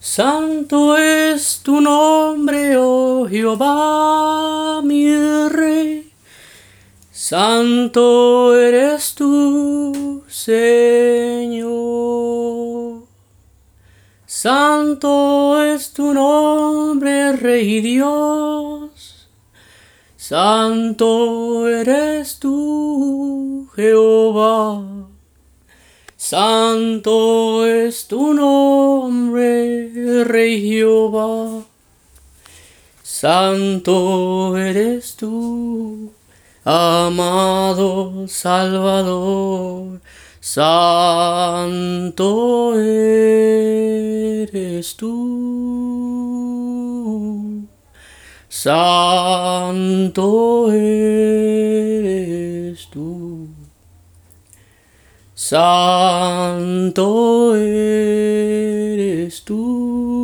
Santo es tu nombre, oh Jehová, mi Rey. Santo eres tú, Señor. Santo es tu nombre, Rey Dios. Santo eres tú, Jehová. Santo es tu nombre, Rey Jehová. Santo eres tú, amado Salvador. Santo eres tú. Santo eres tú. Santo eres tú.